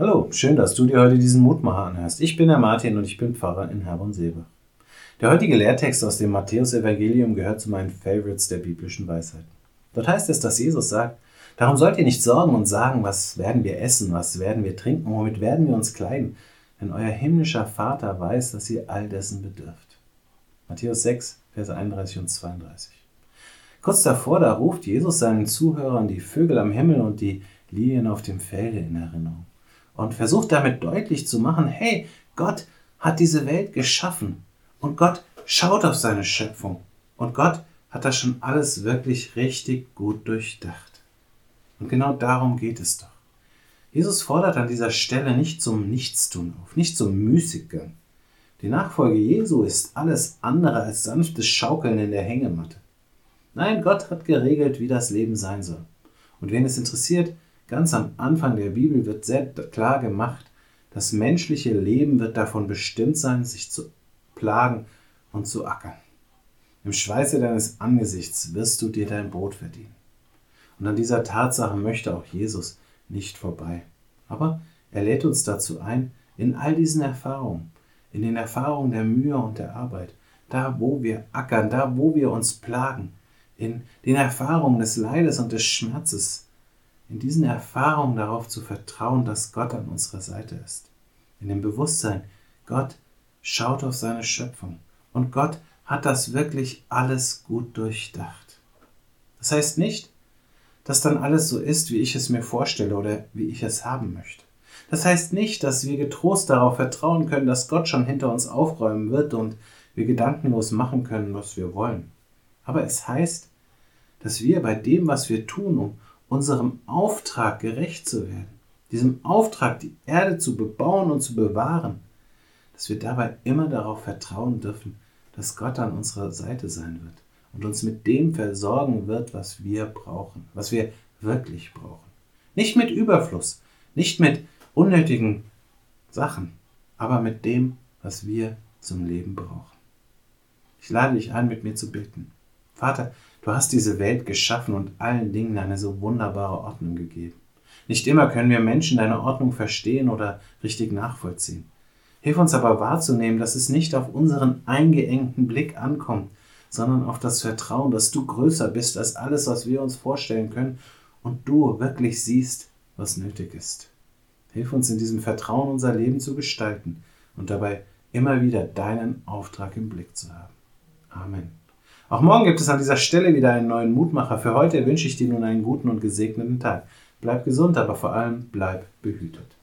Hallo, schön, dass du dir heute diesen Mutmacher anhörst. Ich bin der Martin und ich bin Pfarrer in Herborn-Seebach. Der heutige Lehrtext aus dem Matthäus-Evangelium gehört zu meinen Favorites der biblischen Weisheiten. Dort heißt es, dass Jesus sagt: Darum sollt ihr nicht sorgen und sagen, was werden wir essen, was werden wir trinken, womit werden wir uns kleiden, denn euer himmlischer Vater weiß, dass ihr all dessen bedürft. Matthäus 6, Verse 31 und 32. Kurz davor, da ruft Jesus seinen Zuhörern die Vögel am Himmel und die Lilien auf dem Felde in Erinnerung und versucht damit deutlich zu machen: Hey, Gott hat diese Welt geschaffen und Gott schaut auf seine Schöpfung und Gott hat das schon alles wirklich richtig gut durchdacht. Und genau darum geht es doch. Jesus fordert an dieser Stelle nicht zum Nichtstun auf, nicht zum Müßiggang. Die Nachfolge Jesu ist alles andere als sanftes Schaukeln in der Hängematte. Nein, Gott hat geregelt, wie das Leben sein soll. Und wen es interessiert, ganz am Anfang der Bibel wird sehr klar gemacht, das menschliche Leben wird davon bestimmt sein, sich zu plagen und zu ackern. Im Schweiße deines Angesichts wirst du dir dein Brot verdienen. Und an dieser Tatsache möchte auch Jesus nicht vorbei. Aber er lädt uns dazu ein, in all diesen Erfahrungen, in den Erfahrungen der Mühe und der Arbeit, da wo wir ackern, da wo wir uns plagen, in den Erfahrungen des Leides und des Schmerzes, in diesen Erfahrungen darauf zu vertrauen, dass Gott an unserer Seite ist. In dem Bewusstsein, Gott schaut auf seine Schöpfung und Gott hat das wirklich alles gut durchdacht. Das heißt nicht, dass dann alles so ist, wie ich es mir vorstelle oder wie ich es haben möchte. Das heißt nicht, dass wir getrost darauf vertrauen können, dass Gott schon hinter uns aufräumen wird und wir gedankenlos machen können, was wir wollen. Aber es heißt, dass wir bei dem, was wir tun, um unserem Auftrag gerecht zu werden, diesem Auftrag, die Erde zu bebauen und zu bewahren, dass wir dabei immer darauf vertrauen dürfen, dass Gott an unserer Seite sein wird und uns mit dem versorgen wird, was wir brauchen, was wir wirklich brauchen. Nicht mit Überfluss, nicht mit unnötigen Sachen, aber mit dem, was wir zum Leben brauchen. Ich lade dich ein, mit mir zu beten. Vater, du hast diese Welt geschaffen und allen Dingen eine so wunderbare Ordnung gegeben. Nicht immer können wir Menschen deine Ordnung verstehen oder richtig nachvollziehen. Hilf uns aber wahrzunehmen, dass es nicht auf unseren eingeengten Blick ankommt, sondern auf das Vertrauen, dass du größer bist als alles, was wir uns vorstellen können und du wirklich siehst, was nötig ist. Hilf uns in diesem Vertrauen unser Leben zu gestalten und dabei immer wieder deinen Auftrag im Blick zu haben. Amen. Auch morgen gibt es an dieser Stelle wieder einen neuen Mutmacher. Für heute wünsche ich dir nun einen guten und gesegneten Tag. Bleib gesund, aber vor allem bleib behütet.